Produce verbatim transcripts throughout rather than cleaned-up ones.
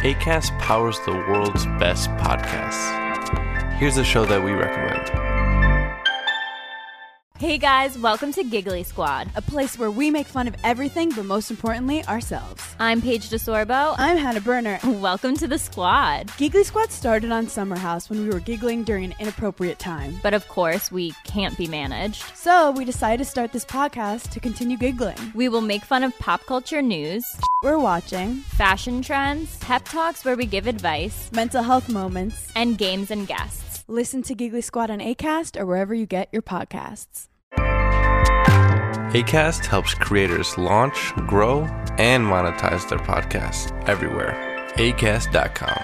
Acast powers the world's best podcasts. Here's a show that we recommend. Hey guys, welcome to Giggly Squad, a place where we make fun of everything, but most importantly, ourselves. I'm Paige DeSorbo. I'm Hannah Berner. Welcome to the squad. Giggly Squad started on Summer House when we were giggling during an inappropriate time. But of course, we can't be managed. So we decided to start this podcast to continue giggling. We will make fun of pop culture news, we're watching, fashion trends, pep talks where we give advice, mental health moments, and games and guests. Listen to Giggly Squad on Acast or wherever you get your podcasts. Acast helps creators launch, grow, and monetize their podcasts everywhere. Acast dot com.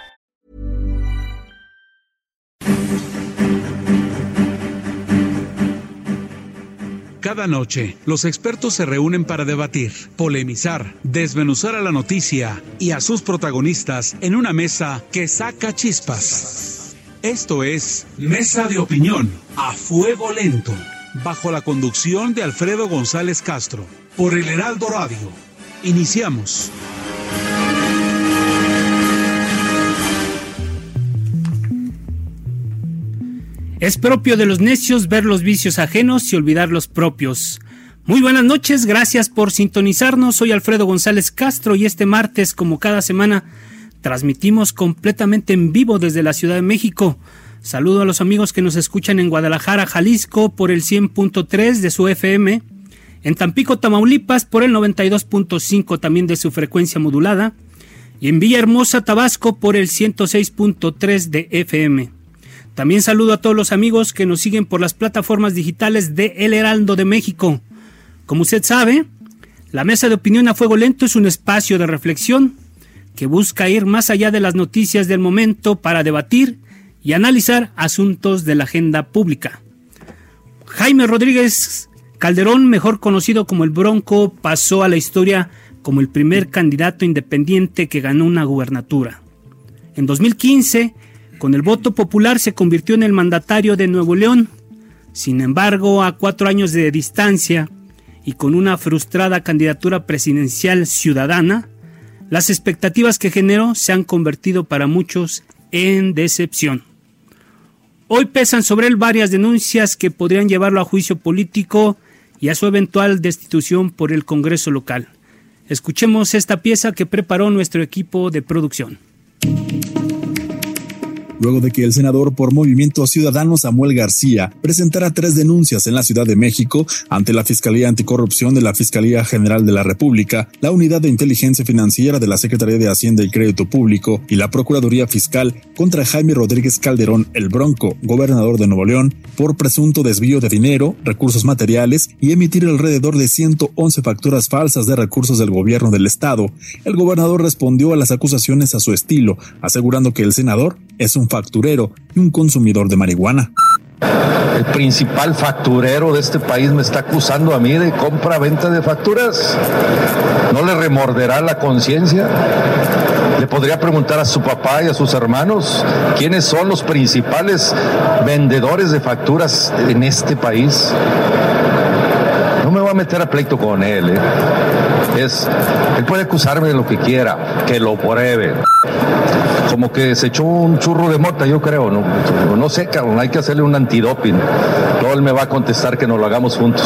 Cada noche, los expertos se reúnen para debatir, polemizar, desmenuzar a la noticia y a sus protagonistas en una mesa que saca chispas. Esto es Mesa de Opinión a Fuego Lento, bajo la conducción de Alfredo González Castro, por el Heraldo Radio. Iniciamos. Es propio de los necios ver los vicios ajenos y olvidar los propios. Muy buenas noches, gracias por sintonizarnos. Soy Alfredo González Castro y este martes, como cada semana, transmitimos completamente en vivo desde la Ciudad de México. Saludo a los amigos que nos escuchan en Guadalajara, Jalisco, por el cien punto tres de su F M, en Tampico, Tamaulipas, por el noventa y dos punto cinco también de su frecuencia modulada, y en Villahermosa, Tabasco, por el ciento seis punto tres de F M. También saludo a todos los amigos que nos siguen por las plataformas digitales de El Heraldo de México. Como usted sabe, la Mesa de Opinión a Fuego Lento es un espacio de reflexión que busca ir más allá de las noticias del momento para debatir y analizar asuntos de la agenda pública. Jaime Rodríguez Calderón, mejor conocido como el Bronco, pasó a la historia como el primer candidato independiente que ganó una gubernatura. En dos mil quince, con el voto popular, se convirtió en el mandatario de Nuevo León. Sin embargo, a cuatro años de distancia y con una frustrada candidatura presidencial ciudadana, las expectativas que generó se han convertido para muchos en decepción. Hoy pesan sobre él varias denuncias que podrían llevarlo a juicio político y a su eventual destitución por el Congreso local. Escuchemos esta pieza que preparó nuestro equipo de producción. Luego de que el senador por Movimiento Ciudadano Samuel García presentara tres denuncias en la Ciudad de México ante la Fiscalía Anticorrupción de la Fiscalía General de la República, la Unidad de Inteligencia Financiera de la Secretaría de Hacienda y Crédito Público y la Procuraduría Fiscal contra Jaime Rodríguez Calderón, el Bronco, gobernador de Nuevo León, por presunto desvío de dinero, recursos materiales y emitir alrededor de ciento once facturas falsas de recursos del gobierno del estado, el gobernador respondió a las acusaciones a su estilo, asegurando que el senador es un facturero y un consumidor de marihuana. El principal facturero de este país me está acusando a mí de compra-venta de facturas. ¿No le remorderá la conciencia? Le podría preguntar a su papá y a sus hermanos quiénes son los principales vendedores de facturas en este país. No me voy a meter a pleito con él, ¿eh? Es, él puede acusarme de lo que quiera, que lo pruebe. Como que se echó un churro de mota, yo creo, no, no sé, cabrón, hay que hacerle un antidoping. Luego él me va a contestar que nos lo hagamos juntos.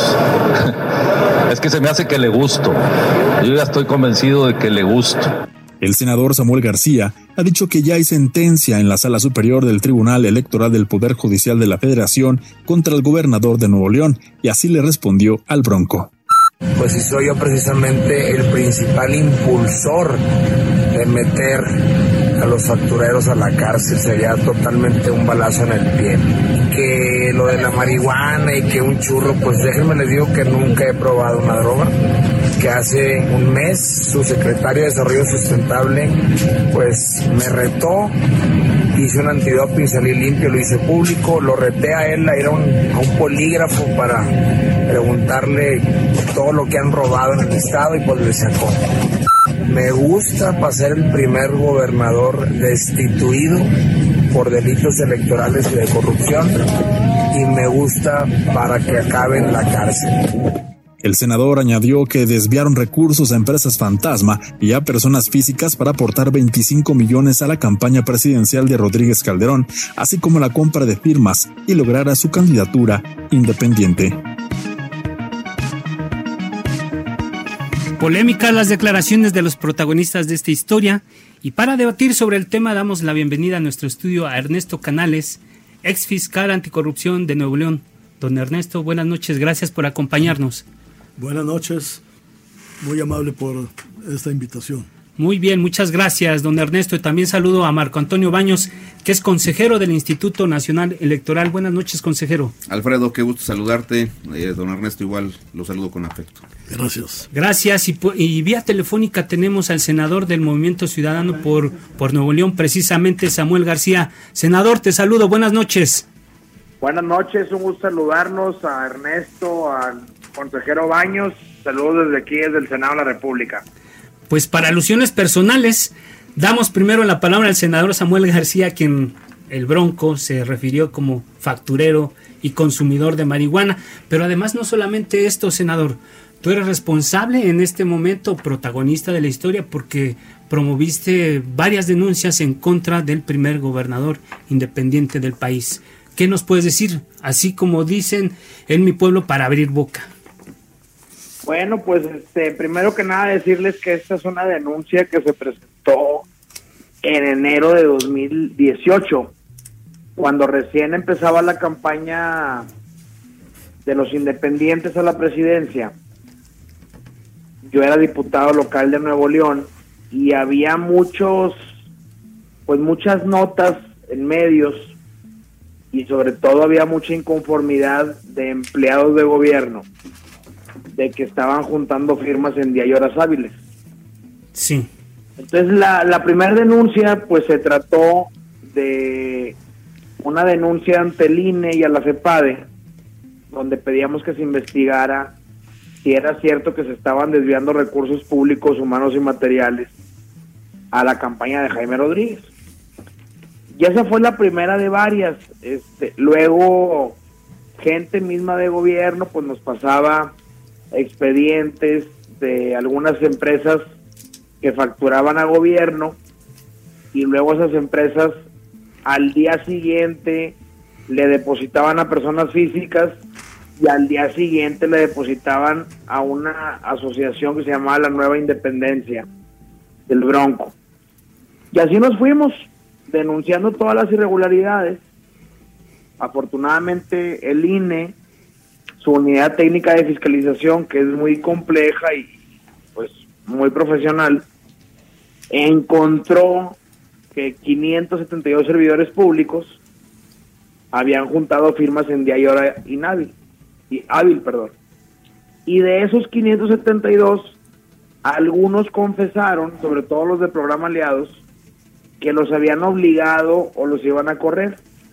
Es que se me hace que le gusto. Yo ya estoy convencido de que le gusto. El senador Samuel García ha dicho que ya hay sentencia en la Sala Superior del Tribunal Electoral del Poder Judicial de la Federación contra el gobernador de Nuevo León, y así le respondió al Bronco. Pues si soy yo precisamente el principal impulsor de meter a los factureros a la cárcel, sería totalmente un balazo en el pie. Que lo de la marihuana y que un churro, pues déjenme les digo que nunca he probado una droga, que hace un mes su secretario de Desarrollo Sustentable pues me retó, hice un antidoping, salí limpio, lo hice público, lo reté a él a ir a un, a un polígrafo para preguntarle todo lo que han robado en el estado y pues le sacó. Me gusta para ser el primer gobernador destituido por delitos electorales y de corrupción, y me gusta para que acabe en la cárcel. El senador añadió que desviaron recursos a empresas fantasma y a personas físicas para aportar veinticinco millones a la campaña presidencial de Rodríguez Calderón, así como la compra de firmas y lograra su candidatura independiente. Polémicas las declaraciones de los protagonistas de esta historia, y para debatir sobre el tema damos la bienvenida a nuestro estudio a Ernesto Canales, ex fiscal anticorrupción de Nuevo León. Don Ernesto, buenas noches, gracias por acompañarnos. Buenas noches, muy amable por esta invitación. Muy bien, muchas gracias, don Ernesto. Y también saludo a Marco Antonio Baños, que es consejero del Instituto Nacional Electoral. Buenas noches, consejero. Alfredo, qué gusto saludarte. Eh, don Ernesto, igual lo saludo con afecto. Gracias. Gracias. Y, y vía telefónica tenemos al senador del Movimiento Ciudadano por, por Nuevo León, precisamente Samuel García. Senador, te saludo. Buenas noches. Buenas noches, un gusto saludarnos a Ernesto, al consejero Baños. Saludos desde aquí, desde el Senado de la República. Pues para alusiones personales, damos primero la palabra al senador Samuel García, quien el Bronco se refirió como facturero y consumidor de marihuana. Pero además no solamente esto, senador, tú eres responsable en este momento, protagonista de la historia, porque promoviste varias denuncias en contra del primer gobernador independiente del país. ¿Qué nos puedes decir? Así como dicen en mi pueblo, para abrir boca. Bueno, pues este, primero que nada decirles que esta es una denuncia que se presentó en enero de dos mil dieciocho, cuando recién empezaba la campaña de los independientes a la presidencia. Yo era diputado local de Nuevo León y había muchos, pues muchas notas en medios y sobre todo había mucha inconformidad de empleados de gobierno de que estaban juntando firmas en día y horas hábiles. Sí. Entonces la, la primera denuncia pues se trató de una denuncia ante el I N E y a la CEPADE, donde pedíamos que se investigara si era cierto que se estaban desviando recursos públicos, humanos y materiales a la campaña de Jaime Rodríguez. Y esa fue la primera de varias. Este, luego gente misma de gobierno pues nos pasaba expedientes de algunas empresas que facturaban a gobierno y luego esas empresas al día siguiente le depositaban a personas físicas y al día siguiente le depositaban a una asociación que se llamaba La Nueva Independencia del Bronco. Y así nos fuimos denunciando todas las irregularidades. Afortunadamente el I N E, su unidad técnica de fiscalización, que es muy compleja y pues muy profesional, encontró que quinientos setenta y dos servidores públicos habían juntado firmas en día y hora inhábil, y hábil, perdón. Y de esos quinientos setenta y dos, algunos confesaron, sobre todo los del programa Aliados, que los habían obligado o los iban a correr.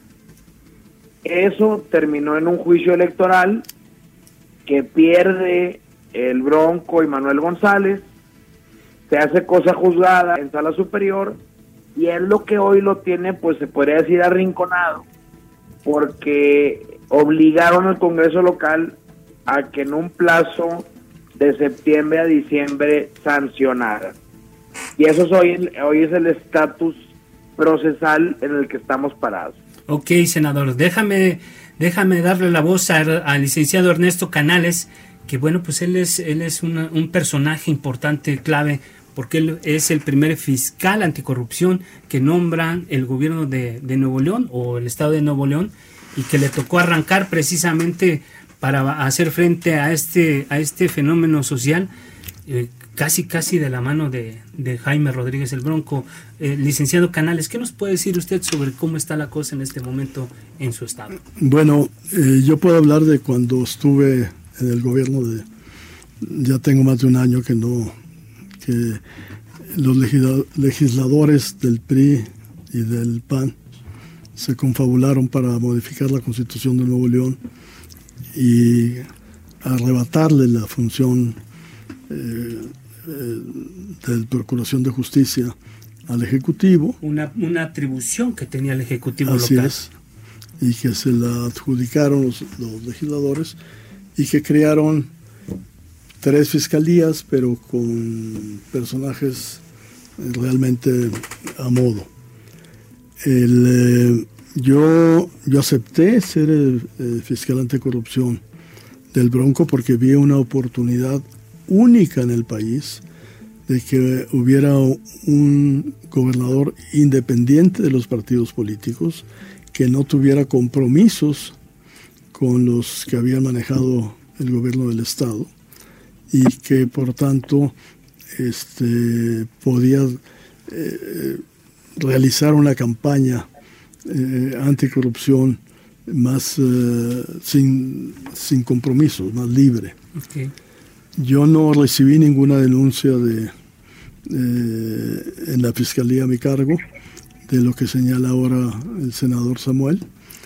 Eso terminó en un juicio electoral que pierde el Bronco y Manuel González, se hace cosa juzgada en sala superior y es lo que hoy lo tiene, pues se podría decir, arrinconado, porque obligaron al Congreso local a que en un plazo de septiembre a diciembre sancionara. Y eso es hoy, hoy es el estatus procesal en el que estamos parados. Ok, senador, déjame déjame darle la voz al licenciado Ernesto Canales, que bueno, pues él es él es una, un personaje importante, clave, porque él es el primer fiscal anticorrupción que nombra el gobierno de, de Nuevo León o el estado de Nuevo León y que le tocó arrancar precisamente para hacer frente a este a este fenómeno social, eh, casi casi de la mano de, de Jaime Rodríguez el Bronco. Eh, licenciado Canales, ¿qué nos puede decir usted sobre cómo está la cosa en este momento en su estado? Bueno, eh, yo puedo hablar de cuando estuve en el gobierno de, ya tengo más de un año que no, que los legisla, legisladores del P R I y del P A N se confabularon para modificar la Constitución de Nuevo León y arrebatarle la función eh, eh, de Procuración de Justicia al Ejecutivo. Una, una atribución que tenía el Ejecutivo Así local. es, y que se la adjudicaron los, los legisladores y que crearon tres fiscalías, pero con personajes realmente a modo. El, eh, yo, yo acepté ser el, el fiscal anticorrupción del Bronco porque vi una oportunidad única en el país de que hubiera un gobernador independiente de los partidos políticos, que no tuviera compromisos con los que habían manejado el gobierno del Estado y que por tanto este, podía eh, realizar una campaña eh, anticorrupción más eh, sin, sin compromisos, más libre. Okay. Yo no recibí ninguna denuncia de, eh, en la fiscalía a mi cargo de lo que señala ahora el senador Samuel.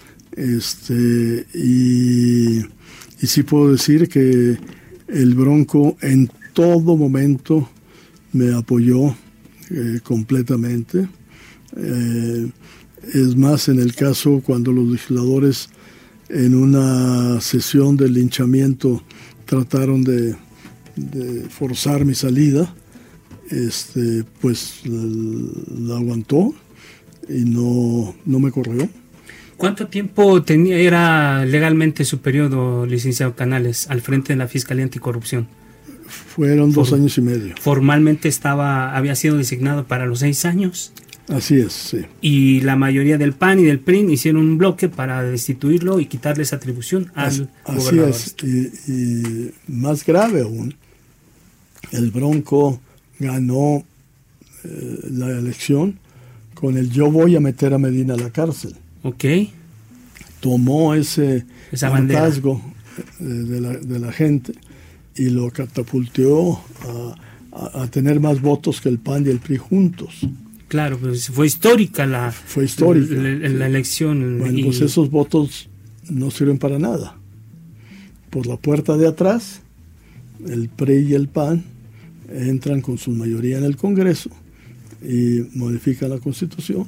Este, y, y sí puedo decir que el Bronco en todo momento me apoyó eh, completamente. Eh, es más, en el caso cuando los legisladores en una sesión de linchamiento trataron de, de forzar mi salida, este, pues la, la aguantó y no, no me corrió. ¿Cuánto tiempo tenía, era legalmente su periodo, licenciado Canales, al frente de la Fiscalía Anticorrupción? Fueron dos For, años y medio. Formalmente estaba, había sido designado para los seis años. Así es, sí. Y la mayoría del P A N y del P R I N hicieron un bloque para destituirlo y quitarle esa atribución al así, gobernador. Así es, y, y más grave aún, el Bronco ganó eh, la elección con el yo voy a meter a Medina a la cárcel. Ok. Tomó ese Esa hartazgo de la, de la gente y lo catapulteó a, a, a tener más votos que el P A N y el P R I juntos. Claro, pues fue histórica la, fue histórica, la, la, la elección. Bueno, y... pues esos votos no sirven para nada. Por la puerta de atrás, el P R I y el P A N entran con su mayoría en el Congreso y modifican la Constitución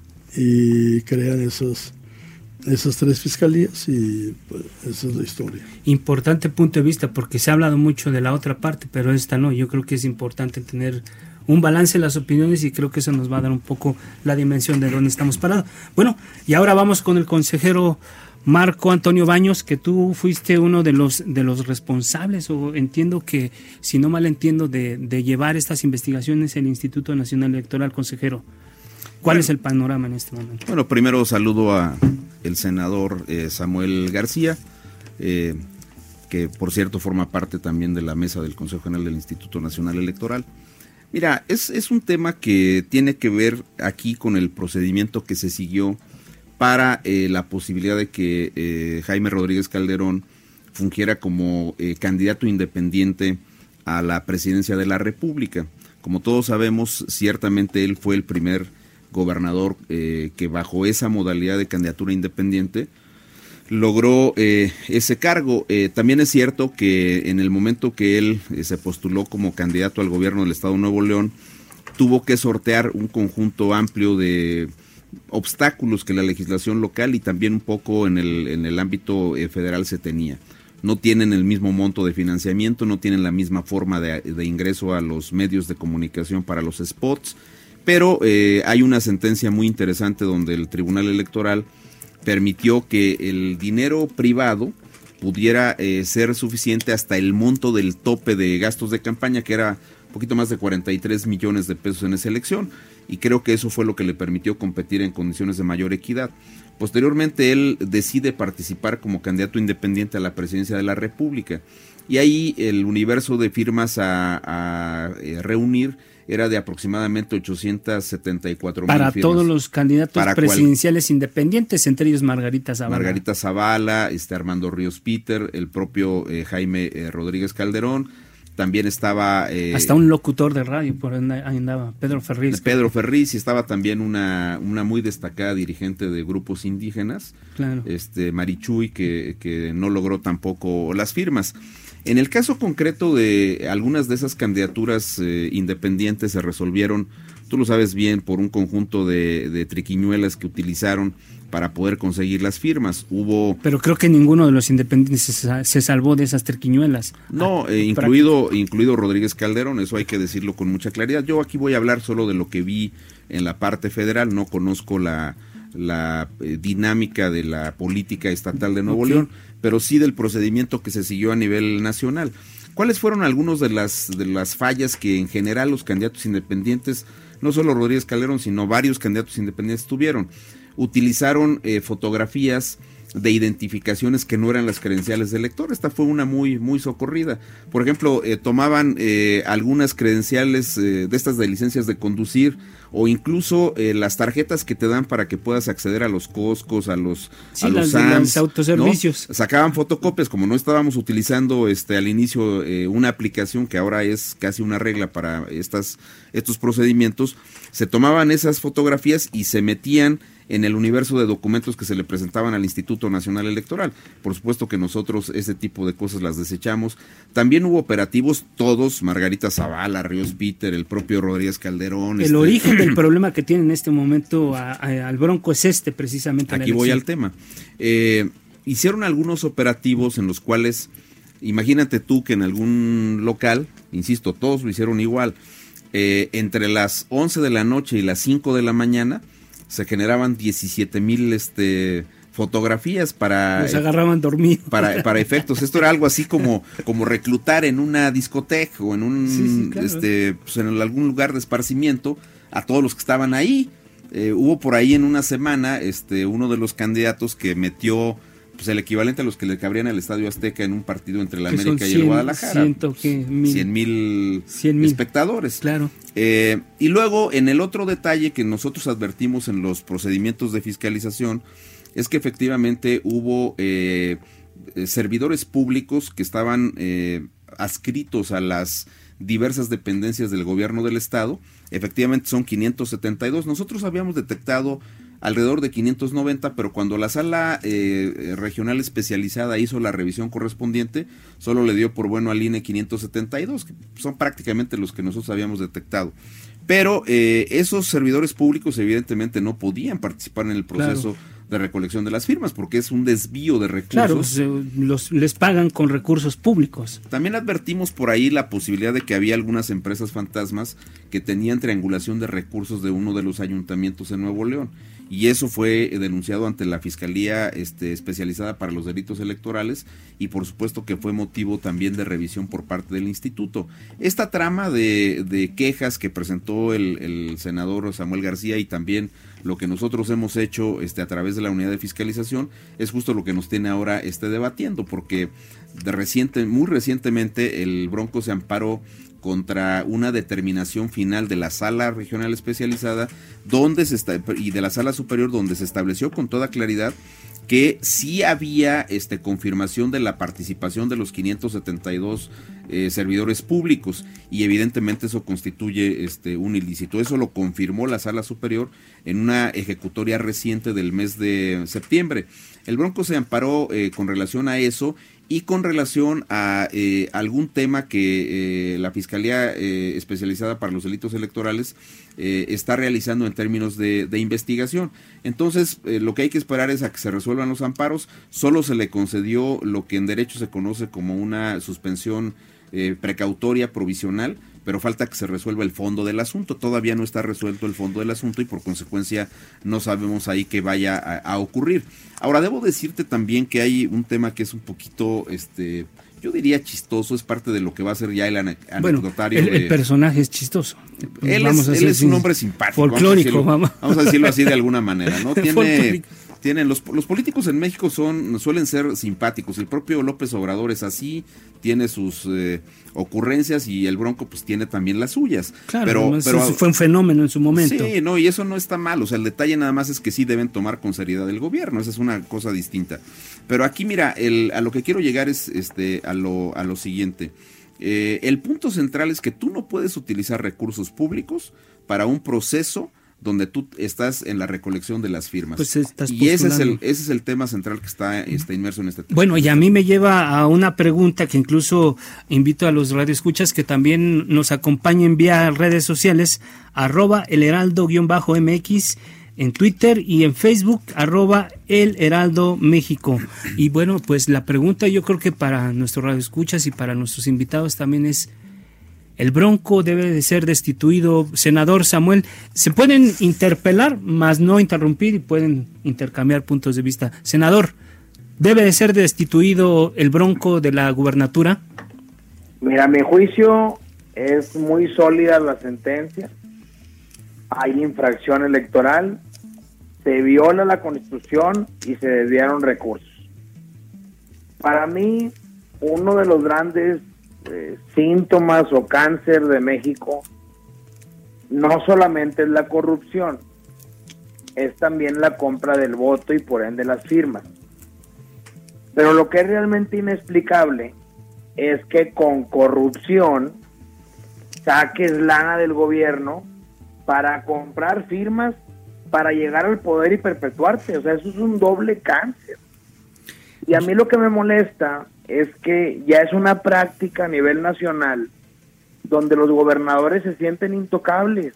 y crean esas, esas tres fiscalías y pues, esa es la historia. Importante punto de vista porque se ha hablado mucho de la otra parte, pero esta no. Yo creo que es importante tener un balance de las opiniones y creo que eso nos va a dar un poco la dimensión de dónde estamos parados. Bueno, y ahora vamos con el consejero Marco Antonio Baños, que tú fuiste uno de los de los responsables, o entiendo que, si no mal entiendo, de, de llevar estas investigaciones en el Instituto Nacional Electoral. Consejero, ¿cuál bueno, es el panorama en este momento? Bueno, primero saludo a el senador eh, Samuel García, eh, que por cierto forma parte también de la mesa del Consejo General del Instituto Nacional Electoral. Mira, es, es un tema que tiene que ver aquí con el procedimiento que se siguió para eh, la posibilidad de que eh, Jaime Rodríguez Calderón fungiera como eh, candidato independiente a la presidencia de la República. Como todos sabemos, ciertamente él fue el primer gobernador eh, que bajo esa modalidad de candidatura independiente logró eh, ese cargo. Eh, también es cierto que en el momento que él eh, se postuló como candidato al gobierno del Estado de Nuevo León, tuvo que sortear un conjunto amplio de obstáculos que la legislación local y también un poco en el, en el ámbito eh, federal se tenía. No tienen el mismo monto de financiamiento, no tienen la misma forma de, de ingreso a los medios de comunicación para los spots, pero eh, hay una sentencia muy interesante donde el Tribunal Electoral permitió que el dinero privado pudiera eh, ser suficiente hasta el monto del tope de gastos de campaña, que era un poquito más de cuarenta y tres millones de pesos en esa elección, y creo que eso fue lo que le permitió competir en condiciones de mayor equidad. Posteriormente él decide participar como candidato independiente a la presidencia de la República, y ahí el universo de firmas a, a eh, reunir era de aproximadamente ochocientos setenta y cuatro mil para firmas. Todos los candidatos para presidenciales cual, independientes, entre ellos Margarita Zavala. Margarita Zavala, este Armando Ríos Peter, el propio eh, Jaime eh, Rodríguez Calderón, también estaba... Eh, hasta un locutor de radio, por ahí andaba, Pedro Ferriz. Pedro Ferriz, y estaba también una, una muy destacada dirigente de grupos indígenas, claro. este Marichuy, que, que no logró tampoco las firmas. En el caso concreto de algunas de esas candidaturas eh, independientes se resolvieron, tú lo sabes bien, por un conjunto de, de triquiñuelas que utilizaron para poder conseguir las firmas. Hubo... Pero creo que ninguno de los independientes se, se salvó de esas triquiñuelas. No, eh, incluido, incluido Rodríguez Calderón, eso hay que decirlo con mucha claridad. Yo aquí voy a hablar solo de lo que vi en la parte federal, no conozco la, la eh, dinámica de la política estatal de Nuevo okay. León, pero sí del procedimiento que se siguió a nivel nacional. ¿Cuáles fueron algunos de las, de las fallas que en general los candidatos independientes, no solo Rodríguez Calderón, sino varios candidatos independientes tuvieron? Utilizaron eh, fotografías de identificaciones que no eran las credenciales del elector. Esta fue una muy muy socorrida. Por ejemplo, eh, tomaban eh, algunas credenciales eh, de estas de licencias de conducir o incluso eh, las tarjetas que te dan para que puedas acceder a los Costcos, a los, sí, a los las, Sams, los autoservicios. ¿no? Sacaban fotocopias, como no estábamos utilizando este al inicio eh, una aplicación que ahora es casi una regla para estas estos procedimientos, se tomaban esas fotografías y se metían en el universo de documentos que se le presentaban al Instituto Nacional Electoral. Por supuesto que nosotros ese tipo de cosas las desechamos. También hubo operativos, todos, Margarita Zavala, Ríos Peter, el propio Rodríguez Calderón. El este... origen del problema que tiene en este momento a, a, al Bronco es este, precisamente. Aquí voy al tema. Eh, hicieron algunos operativos en los cuales, imagínate tú que en algún local, insisto, todos lo hicieron igual, eh, entre las once de la noche y las cinco de la mañana, se generaban diecisiete mil este, fotografías para... Los agarraban dormidos. Para, para efectos. Esto era algo así como, como reclutar en una discoteca o en un sí, sí, claro. este, pues en algún lugar de esparcimiento a todos los que estaban ahí. Eh, hubo por ahí en una semana este, uno de los candidatos que metió pues, el equivalente a los que le cabrían al Estadio Azteca en un partido entre la América cien, y el Guadalajara. cien mil espectadores. Claro. Eh, y luego, en el otro detalle que nosotros advertimos en los procedimientos de fiscalización, es que efectivamente hubo eh, servidores públicos que estaban eh, adscritos a las diversas dependencias del gobierno del estado. Efectivamente son quinientos setenta y dos. Nosotros habíamos detectado alrededor de quinientos noventa, pero cuando la sala eh, regional especializada hizo la revisión correspondiente, solo le dio por bueno al I N E quinientos setenta y dos, que son prácticamente los que nosotros habíamos detectado. Pero eh, esos servidores públicos evidentemente no podían participar en el proceso claro. de recolección de las firmas, porque es un desvío de recursos. Claro, pues, eh, los, les pagan con recursos públicos. También advertimos por ahí la posibilidad de que había algunas empresas fantasmas que tenían triangulación de recursos de uno de los ayuntamientos en Nuevo León. Y eso fue denunciado ante la Fiscalía este, especializada para los delitos electorales y por supuesto que fue motivo también de revisión por parte del instituto. Esta trama de, de quejas que presentó el, el senador Samuel García y también lo que nosotros hemos hecho este, a través de la unidad de fiscalización es justo lo que nos tiene ahora este, debatiendo, porque de reciente, muy recientemente el Bronco se amparó contra una determinación final de la sala regional especializada donde se está, y de la sala superior donde se estableció con toda claridad que sí había este, confirmación de la participación de los quinientos setenta y dos eh, servidores públicos y evidentemente eso constituye este, un ilícito. Eso lo confirmó la sala superior en una ejecutoria reciente del mes de septiembre. El Bronco se amparó eh, con relación a eso y con relación a eh, algún tema que eh, la Fiscalía eh, especializada para los delitos electorales eh, está realizando en términos de, de investigación. Entonces, eh, lo que hay que esperar es a que se resuelvan los amparos. Solo se le concedió lo que en derecho se conoce como una suspensión eh, precautoria provisional, pero falta que se resuelva el fondo del asunto. Todavía no está resuelto el fondo del asunto y por consecuencia no sabemos ahí qué vaya a, a ocurrir. Ahora, debo decirte también que hay un tema que es un poquito, este, yo diría chistoso, es parte de lo que va a ser ya el anecdotario. Bueno, el, el personaje es chistoso. Él vamos es, él es un hombre simpático. Folclórico, vamos a, decirlo, vamos a decirlo así de alguna manera, ¿no? Tiene... Tienen los, los políticos en México son suelen ser simpáticos. El propio López Obrador es así, tiene sus eh, ocurrencias y el Bronco pues tiene también las suyas. Claro, pero, pero fue un fenómeno en su momento. Sí, no, y eso no está mal. O sea, el detalle nada más es que sí deben tomar con seriedad el gobierno. Esa es una cosa distinta. Pero aquí, mira, el, a lo que quiero llegar es este a lo, a lo siguiente. Eh, el punto central es que tú no puedes utilizar recursos públicos para un proceso donde tú estás en la recolección de las firmas. Pues estás y ese es, el, postulando. ese es el tema central que está, está inmerso en este tema. Bueno, y a mí me lleva a una pregunta que incluso invito a los radioescuchas que también nos acompañen vía redes sociales, arroba el heraldo guión bajo M X en Twitter y en Facebook, arroba el Heraldo México. Y bueno, pues la pregunta yo creo que para nuestros radioescuchas y para nuestros invitados también es: ¿el Bronco debe de ser destituido? Senador Samuel, se pueden interpelar, más no interrumpir, y pueden intercambiar puntos de vista. Senador, ¿debe de ser destituido el Bronco de la gubernatura? Mira, a mi juicio es muy sólida la sentencia. Hay infracción electoral, se viola la Constitución y se desviaron recursos. Para mí, uno de los grandes eh, síntomas o cáncer de México no solamente es la corrupción, es también la compra del voto y por ende las firmas. Pero lo que es realmente inexplicable es que con corrupción saques lana del gobierno para comprar firmas para llegar al poder y perpetuarte. O sea, eso es un doble cáncer. Y a mí lo que me molesta es que ya es una práctica a nivel nacional donde los gobernadores se sienten intocables.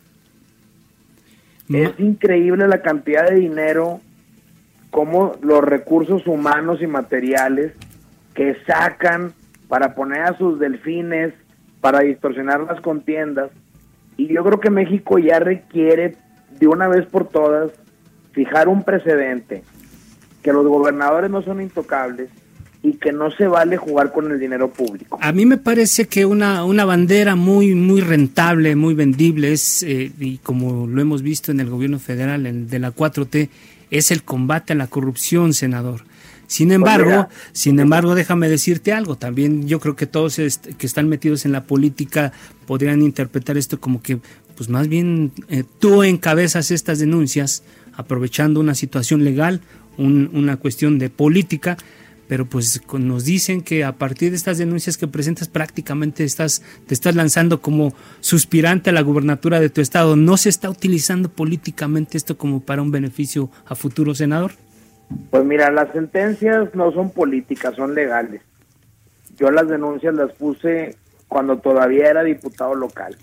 No. Es increíble la cantidad de dinero, como los recursos humanos y materiales que sacan para poner a sus delfines, para distorsionar las contiendas. Y yo creo que México ya requiere de una vez por todas fijar un precedente, que los gobernadores no son intocables y que no se vale jugar con el dinero público. A mí me parece que una, una bandera muy muy rentable, muy vendible es, eh, y como lo hemos visto en el gobierno federal, el de la cuatro T, es el combate a la corrupción, senador. Sin embargo, pues sin embargo, déjame decirte algo, también yo creo que todos est- que están metidos en la política podrían interpretar esto como que, pues más bien eh, tú encabezas estas denuncias aprovechando una situación legal, un, una cuestión de política, pero pues nos dicen que a partir de estas denuncias que presentas prácticamente estás te estás lanzando como suspirante a la gubernatura de tu estado. ¿No se está utilizando políticamente esto como para un beneficio a futuro, senador? Pues mira, las sentencias no son políticas, son legales. Yo las denuncias las puse cuando todavía era diputado local.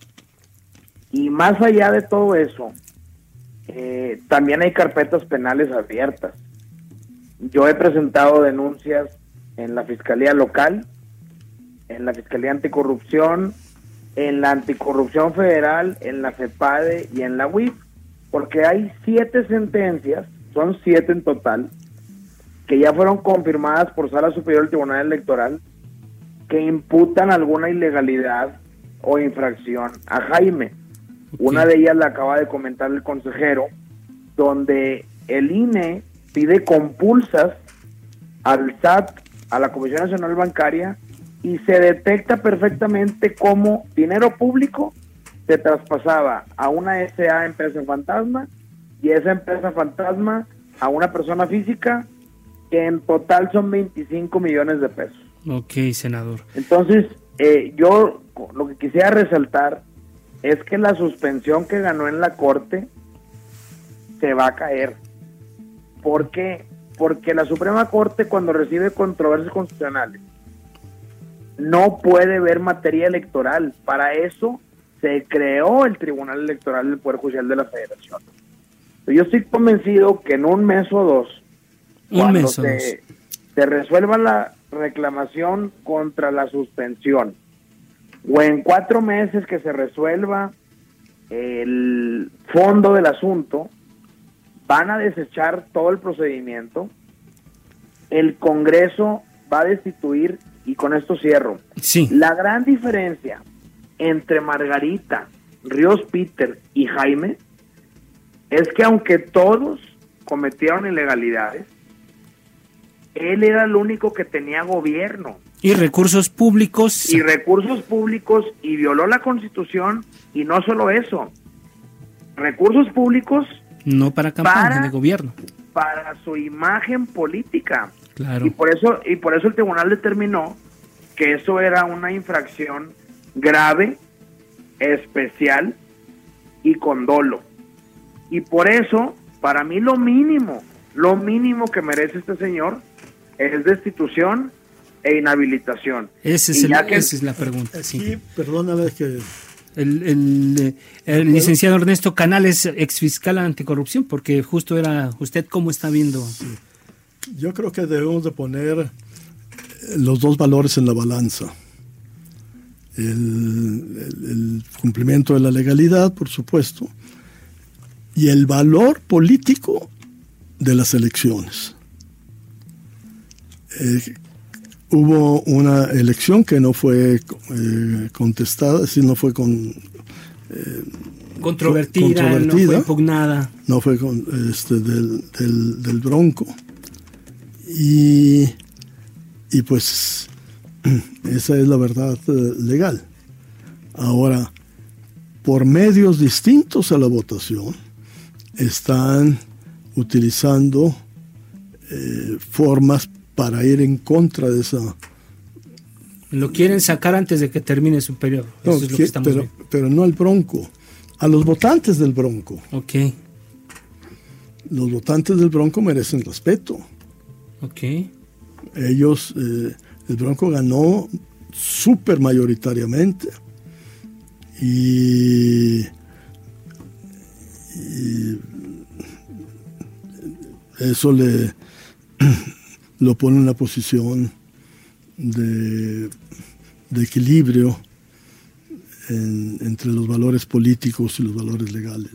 Y más allá de todo eso, eh, también hay carpetas penales abiertas. Yo he presentado denuncias en la Fiscalía Local, en la Fiscalía Anticorrupción, en la Anticorrupción Federal, en la FEPADE y en la U I F, porque hay siete sentencias, son siete en total, que ya fueron confirmadas por Sala Superior del Tribunal Electoral, que imputan alguna ilegalidad o infracción a Jaime. Okay. Una de ellas la acaba de comentar el consejero, donde el I N E pide compulsas al S A T, a la Comisión Nacional Bancaria, y se detecta perfectamente cómo dinero público se traspasaba a una S A, empresa fantasma, y esa empresa fantasma a una persona física, que en total son veinticinco millones de pesos. Ok, senador. Entonces, eh, yo lo que quisiera resaltar es que la suspensión que ganó en la Corte se va a caer. ¿Por qué? Porque la Suprema Corte, cuando recibe controversias constitucionales, no puede ver materia electoral. Para eso se creó el Tribunal Electoral del Poder Judicial de la Federación. Yo estoy convencido que en un mes o dos, un cuando mes o se, dos. se resuelva la reclamación contra la suspensión, o en cuatro meses que se resuelva el fondo del asunto, van a desechar todo el procedimiento, el Congreso va a destituir, y con esto cierro. Sí. La gran diferencia entre Margarita, Ríos Peter y Jaime es que aunque todos cometieron ilegalidades, él era el único que tenía gobierno. Y recursos públicos. Y recursos públicos, y violó la Constitución, y no solo eso, recursos públicos no para campaña para, de gobierno, para su imagen política. Claro. Y por eso y por eso el tribunal determinó que eso era una infracción grave, especial y con dolo. Y por eso, para mí lo mínimo, lo mínimo que merece este señor es destitución e inhabilitación. Ese es el, que, esa es la pregunta. Sí, sí. Perdóname que... El, el, el licenciado Ernesto Canales, ex fiscal anticorrupción, porque justo era usted, ¿cómo está viendo? Sí. Yo creo que debemos de poner los dos valores en la balanza. El, el, el cumplimiento de la legalidad, por supuesto, y el valor político de las elecciones. Eh, Hubo una elección que no fue eh, contestada, es decir, no fue con, eh, controvertida, controvertida, no fue impugnada. No fue con, este, del, del, del Bronco. Y, y pues esa es la verdad eh, legal. Ahora, por medios distintos a la votación, están utilizando eh, formas para ir en contra de esa... Lo quieren sacar antes de que termine su periodo. No, Eso es lo que estamos pero, viendo. pero no al Bronco, a los votantes del Bronco. Ok. Los votantes del Bronco merecen respeto. Ok. Ellos, eh, el Bronco ganó súper mayoritariamente y, y eso le... lo pone en una posición de, de equilibrio en, entre los valores políticos y los valores legales.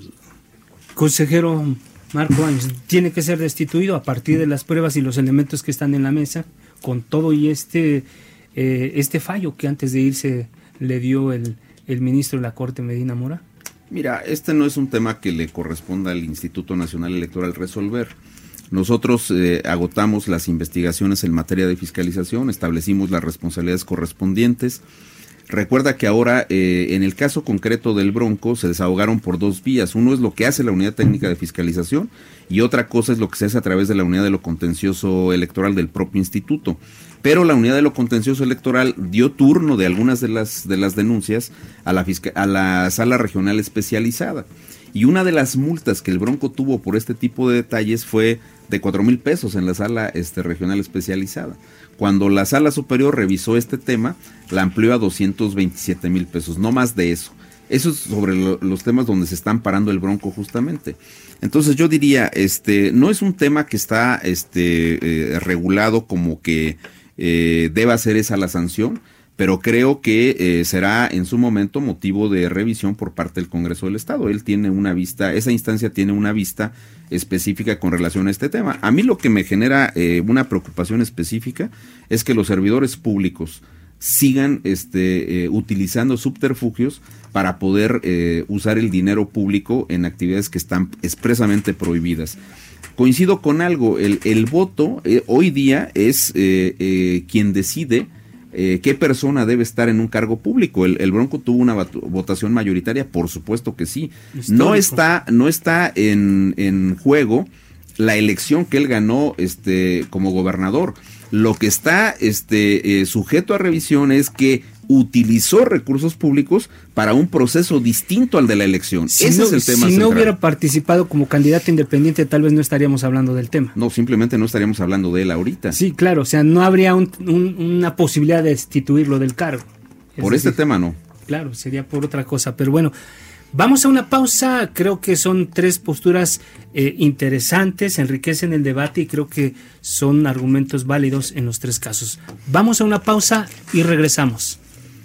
Consejero Marco Áñez, ¿tiene que ser destituido a partir de las pruebas y los elementos que están en la mesa, con todo y este, eh, este fallo que antes de irse le dio el, el ministro de la Corte, Medina Mora? Mira, este no es un tema que le corresponda al Instituto Nacional Electoral resolver. Nosotros eh, agotamos las investigaciones en materia de fiscalización, establecimos las responsabilidades correspondientes. Recuerda que ahora, eh, en el caso concreto del Bronco, se desahogaron por dos vías. Uno es lo que hace la Unidad Técnica de Fiscalización y otra cosa es lo que se hace a través de la Unidad de lo Contencioso Electoral del propio instituto. Pero la Unidad de lo Contencioso Electoral dio turno de algunas de las, de las denuncias a la, fisca- a la Sala Regional Especializada. Y una de las multas que el Bronco tuvo por este tipo de detalles fue de cuatro mil pesos en la Sala este, Regional Especializada. Cuando la Sala Superior revisó este tema, la amplió a doscientos veintisiete mil pesos, no más de eso. Eso es sobre lo, los temas donde se está amparando el Bronco justamente. Entonces yo diría, este, no es un tema que está este, eh, regulado como que eh, deba ser esa la sanción, pero creo que eh, será en su momento motivo de revisión por parte del Congreso del Estado. Él tiene una vista, esa instancia tiene una vista específica con relación a este tema. A mí lo que me genera eh, una preocupación específica es que los servidores públicos sigan este, eh, utilizando subterfugios para poder eh, usar el dinero público en actividades que están expresamente prohibidas. Coincido con algo, el, el voto eh, hoy día es eh, eh, quien decide Eh, ¿qué persona debe estar en un cargo público? El, el Bronco tuvo una votación mayoritaria, por supuesto que sí. Histórico. No está, no está en, en juego la elección que él ganó este, como gobernador. Lo que está este, eh, sujeto a revisión es que utilizó recursos públicos para un proceso distinto al de la elección. Si Ese no, es el tema Si central. no hubiera participado como candidato independiente, tal vez no estaríamos hablando del tema. No, simplemente no estaríamos hablando de él ahorita. Sí, claro, o sea, no habría un, un, una posibilidad de destituirlo del cargo. Es Por decir, este tema no. Claro, sería por otra cosa, pero bueno. Vamos a una pausa, creo que son tres posturas eh, interesantes, enriquecen el debate y creo que son argumentos válidos en los tres casos. Vamos a una pausa y regresamos.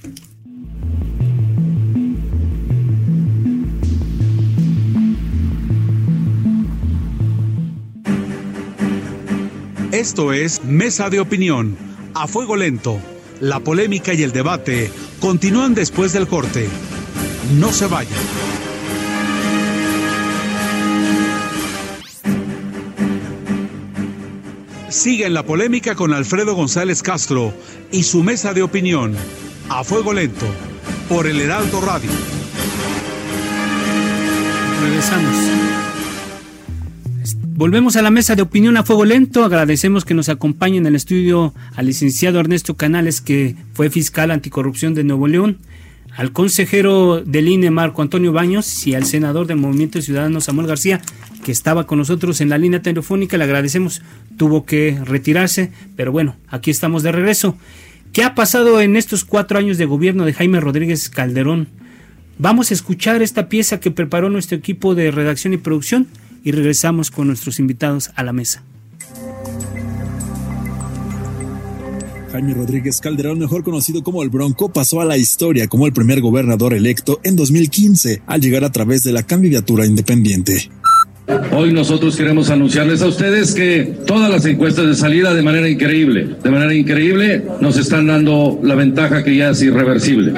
Esto es Mesa de Opinión, a fuego lento. La polémica y el debate continúan después del corte. No se vayan. Siguen la polémica con Alfredo González Castro y su Mesa de Opinión, a fuego lento, por el Heraldo Radio. Regresamos. Volvemos a la Mesa de Opinión a fuego lento. Agradecemos que nos acompañe en el estudio al licenciado Ernesto Canales, que fue fiscal anticorrupción de Nuevo León, al consejero del I N E Marco Antonio Baños y al senador del Movimiento Ciudadano Samuel García, que estaba con nosotros en la línea telefónica. Le agradecemos, tuvo que retirarse, pero bueno, aquí estamos de regreso. ¿Qué ha pasado en estos cuatro años de gobierno de Jaime Rodríguez Calderón? Vamos a escuchar esta pieza que preparó nuestro equipo de redacción y producción y regresamos con nuestros invitados a la mesa. Jaime Rodríguez Calderón, mejor conocido como el Bronco, pasó a la historia como el primer gobernador electo en dos mil quince, al llegar a través de la candidatura independiente. Hoy nosotros queremos anunciarles a ustedes que todas las encuestas de salida de manera increíble, de manera increíble, nos están dando la ventaja que ya es irreversible.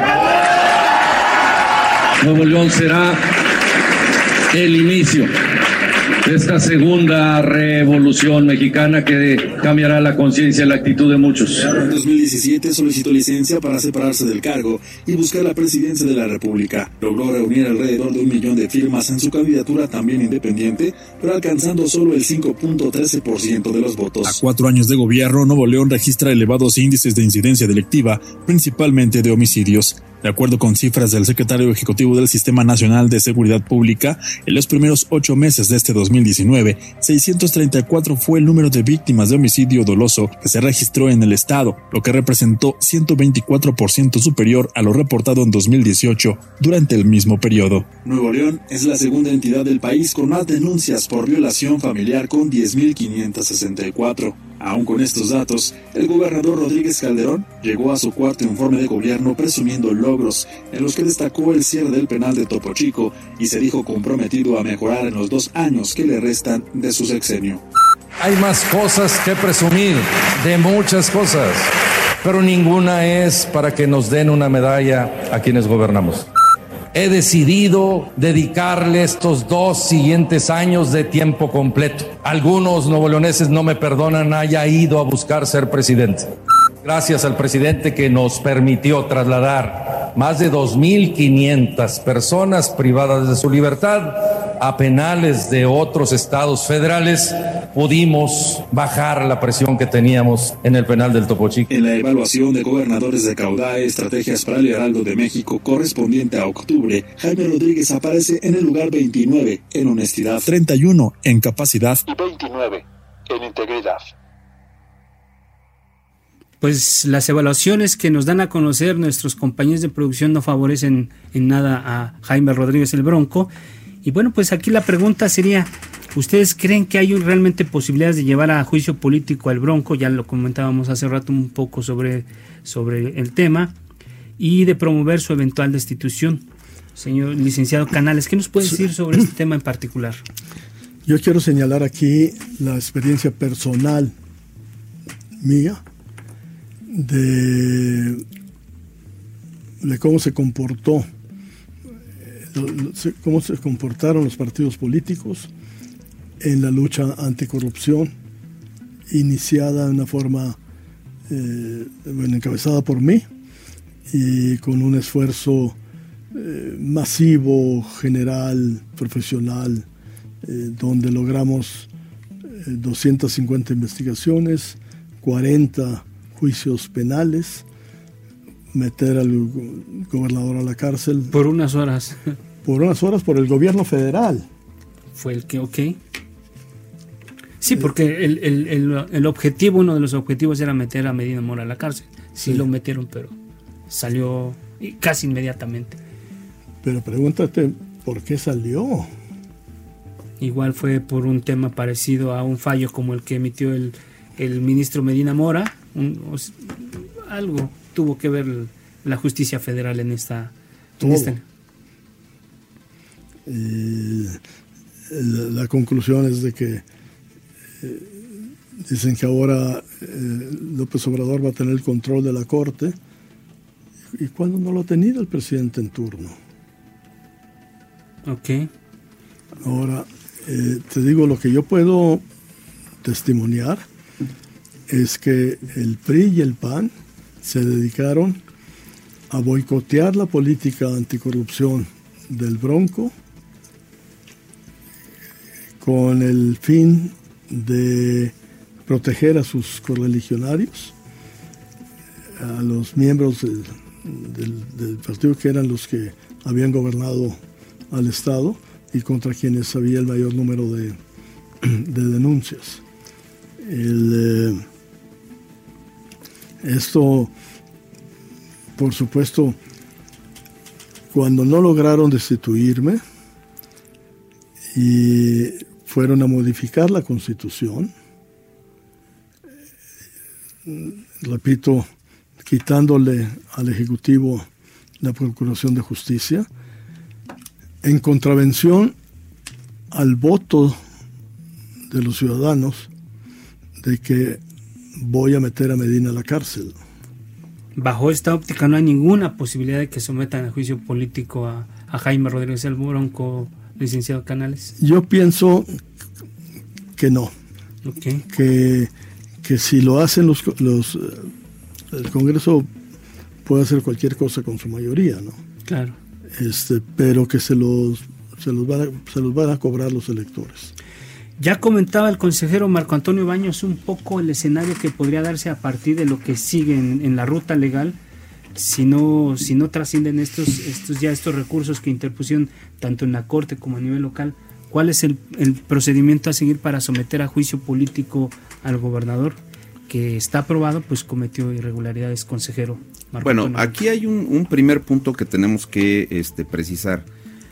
Nuevo León será el inicio de esta segunda revolución mexicana que cambiará la conciencia y la actitud de muchos. En dos mil diecisiete solicitó licencia para separarse del cargo y buscar la presidencia de la República. Logró reunir alrededor de un millón de firmas en su candidatura también independiente, pero alcanzando solo el cinco punto trece por ciento de los votos. A cuatro años de gobierno, Nuevo León registra elevados índices de incidencia delictiva, principalmente de homicidios. De acuerdo con cifras del secretario ejecutivo del Sistema Nacional de Seguridad Pública, en los primeros ocho meses de este dos mil diecinueve, seiscientos treinta y cuatro fue el número de víctimas de homicidio doloso que se registró en el estado, lo que representó ciento veinticuatro por ciento superior a lo reportado en dos mil dieciocho durante el mismo periodo. Nuevo León es la segunda entidad del país con más denuncias por violación familiar, con diez mil quinientos sesenta y cuatro. Aún con estos datos, el gobernador Rodríguez Calderón llegó a su cuarto informe de gobierno presumiendo logros, en los que destacó el cierre del penal de Topo Chico y se dijo comprometido a mejorar en los dos años que le restan de su sexenio. Hay más cosas que presumir, de muchas cosas, pero ninguna es para que nos den una medalla a quienes gobernamos. He decidido dedicarle estos dos siguientes años de tiempo completo. Algunos novoleoneses no me perdonan haya ido a buscar ser presidente. Gracias al presidente que nos permitió trasladar más de dos mil quinientas personas privadas de su libertad a penales de otros estados federales, pudimos bajar la presión que teníamos en el penal del Topo Chico. En la evaluación de gobernadores de CAUDAE, Estrategias para el Heraldo de México, correspondiente a octubre, Jaime Rodríguez aparece en el lugar veintinueve en honestidad, treinta y uno en capacidad y veintinueve en integridad. Pues las evaluaciones que nos dan a conocer nuestros compañeros de producción no favorecen en nada a Jaime Rodríguez el Bronco. Y bueno, pues aquí la pregunta sería, ¿ustedes creen que hay realmente posibilidades de llevar a juicio político al Bronco? Ya lo comentábamos hace rato un poco sobre, sobre el tema, y de promover su eventual destitución. Señor licenciado Canales, ¿qué nos puede decir sobre este tema en particular? Yo quiero señalar aquí la experiencia personal mía de, de cómo se comportó cómo se comportaron los partidos políticos en la lucha anticorrupción iniciada de una forma eh, bueno, encabezada por mí y con un esfuerzo eh, masivo, general, profesional, eh, donde logramos eh, doscientas cincuenta investigaciones, cuarenta juicios penales, meter al gobernador a la cárcel. Por unas horas. Por unas horas por el gobierno federal. Fue el que, ok. Sí, porque el, el, el, el objetivo, uno de los objetivos era meter a Medina Mora a la cárcel. Sí, sí lo metieron, pero salió casi inmediatamente. Pero pregúntate, ¿por qué salió? Igual fue por un tema parecido a un fallo como el que emitió el, el ministro Medina Mora. Un, o, algo tuvo que ver la justicia federal en esta... En esta. Y la, la conclusión es de que eh, dicen que ahora eh, López Obrador va a tener el control de la Corte. ¿Y cuándo no lo ha tenido el presidente en turno? Ok. Ahora, eh, te digo, lo que yo puedo testimoniar es que el P R I y el P A N se dedicaron a boicotear la política anticorrupción del Bronco con el fin de proteger a sus correligionarios, a los miembros de, del, del partido que eran los que habían gobernado al Estado y contra quienes había el mayor número de, de denuncias. El, eh, esto, por supuesto, cuando no lograron destituirme y fueron a modificar la Constitución, repito, quitándole al Ejecutivo la Procuración de Justicia, en contravención al voto de los ciudadanos de que voy a meter a Medina a la cárcel. Bajo esta óptica no hay ninguna posibilidad de que sometan a juicio político a, a Jaime Rodríguez el Bronco, licenciado Canales. Yo pienso que no. Okay. Que, que si lo hacen los, los el Congreso puede hacer cualquier cosa con su mayoría, ¿no? Claro. Este, pero que se los se los van a, se los van a cobrar los electores. Ya comentaba el consejero Marco Antonio Baños un poco el escenario que podría darse a partir de lo que sigue en, en la ruta legal, si no, si no trascienden estos, estos ya estos recursos que interpusieron tanto en la Corte como a nivel local. ¿Cuál es el, el procedimiento a seguir para someter a juicio político al gobernador que está aprobado, pues cometió irregularidades, consejero Marco Bueno, Antonio aquí hay un, un primer punto que tenemos que este, precisar.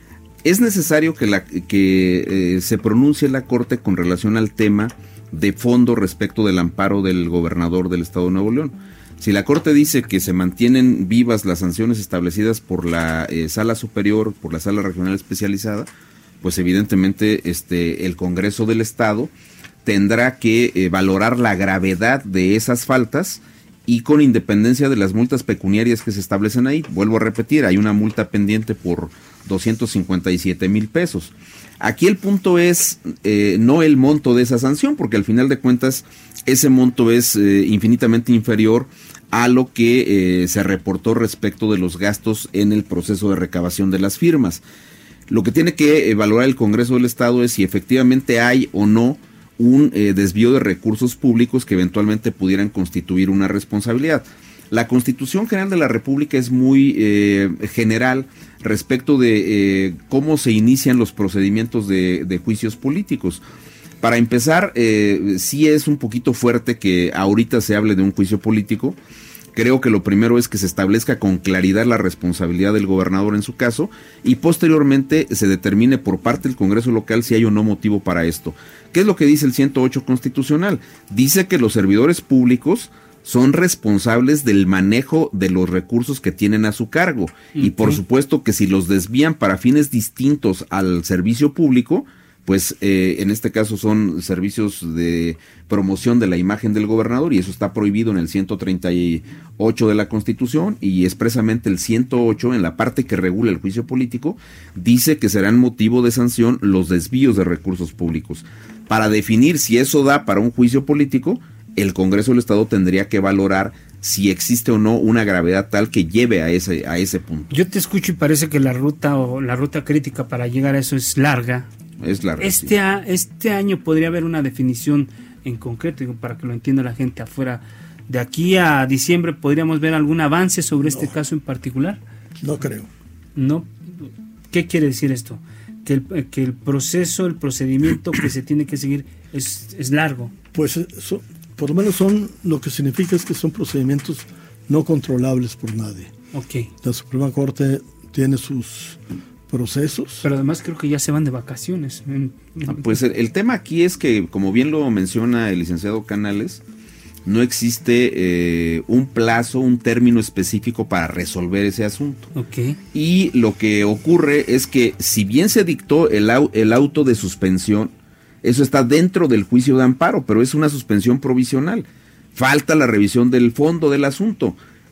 Es necesario que, la, que eh, se pronuncie la Corte con relación al tema de fondo respecto del amparo del gobernador del Estado de Nuevo León. Si la Corte dice que se mantienen vivas las sanciones establecidas por la eh, Sala Superior, por la Sala Regional Especializada, pues evidentemente este, el Congreso del Estado tendrá que eh, valorar la gravedad de esas faltas y con independencia de las multas pecuniarias que se establecen ahí. Vuelvo a repetir, hay una multa pendiente por doscientos cincuenta y siete mil pesos. Aquí el punto es eh, no el monto de esa sanción, porque al final de cuentas ese monto es eh, infinitamente inferior a lo que eh, se reportó respecto de los gastos en el proceso de recabación de las firmas. Lo que tiene que valorar el Congreso del Estado es si efectivamente hay o no un eh, desvío de recursos públicos que eventualmente pudieran constituir una responsabilidad. La Constitución General de la República es muy eh, general respecto de eh, cómo se inician los procedimientos de, de juicios políticos. Para empezar, eh, sí es un poquito fuerte que ahorita se hable de un juicio político. Creo que lo primero es que se establezca con claridad la responsabilidad del gobernador en su caso y posteriormente se determine por parte del Congreso local si hay o no motivo para esto. ¿Qué es lo que dice el ciento ocho constitucional? Dice que los servidores públicos son responsables del manejo de los recursos que tienen a su cargo. Uh-huh. Y por supuesto que si los desvían para fines distintos al servicio público, pues eh, en este caso son servicios de promoción de la imagen del gobernador y eso está prohibido en el ciento treinta y ocho de la Constitución y expresamente el ciento ocho en la parte que regula el juicio político dice que serán motivo de sanción los desvíos de recursos públicos. Para definir si eso da para un juicio político, el Congreso del Estado tendría que valorar si existe o no una gravedad tal que lleve a ese a ese punto. Yo te escucho y parece que la ruta o la ruta crítica para llegar a eso es larga. Es larga. Este, sí. a, este año podría haber una definición en concreto, digo, para que lo entienda la gente afuera. De aquí a diciembre podríamos ver algún avance sobre no, este caso en particular. No creo. No. ¿Qué quiere decir esto? Que el, que el proceso, el procedimiento que se tiene que seguir es, es largo. Pues eso, por lo menos son, lo que significa es que son procedimientos no controlables por nadie. Okay. La Suprema Corte tiene sus procesos. Pero además creo que ya se van de vacaciones. Pues el, el tema aquí es que, como bien lo menciona el licenciado Canales, no existe eh, un plazo, un término específico para resolver ese asunto. Okay. Y lo que ocurre es que si bien se dictó el, au, el auto de suspensión, eso está dentro del juicio de amparo, pero es una suspensión provisional. Falta la revisión del fondo del asunto.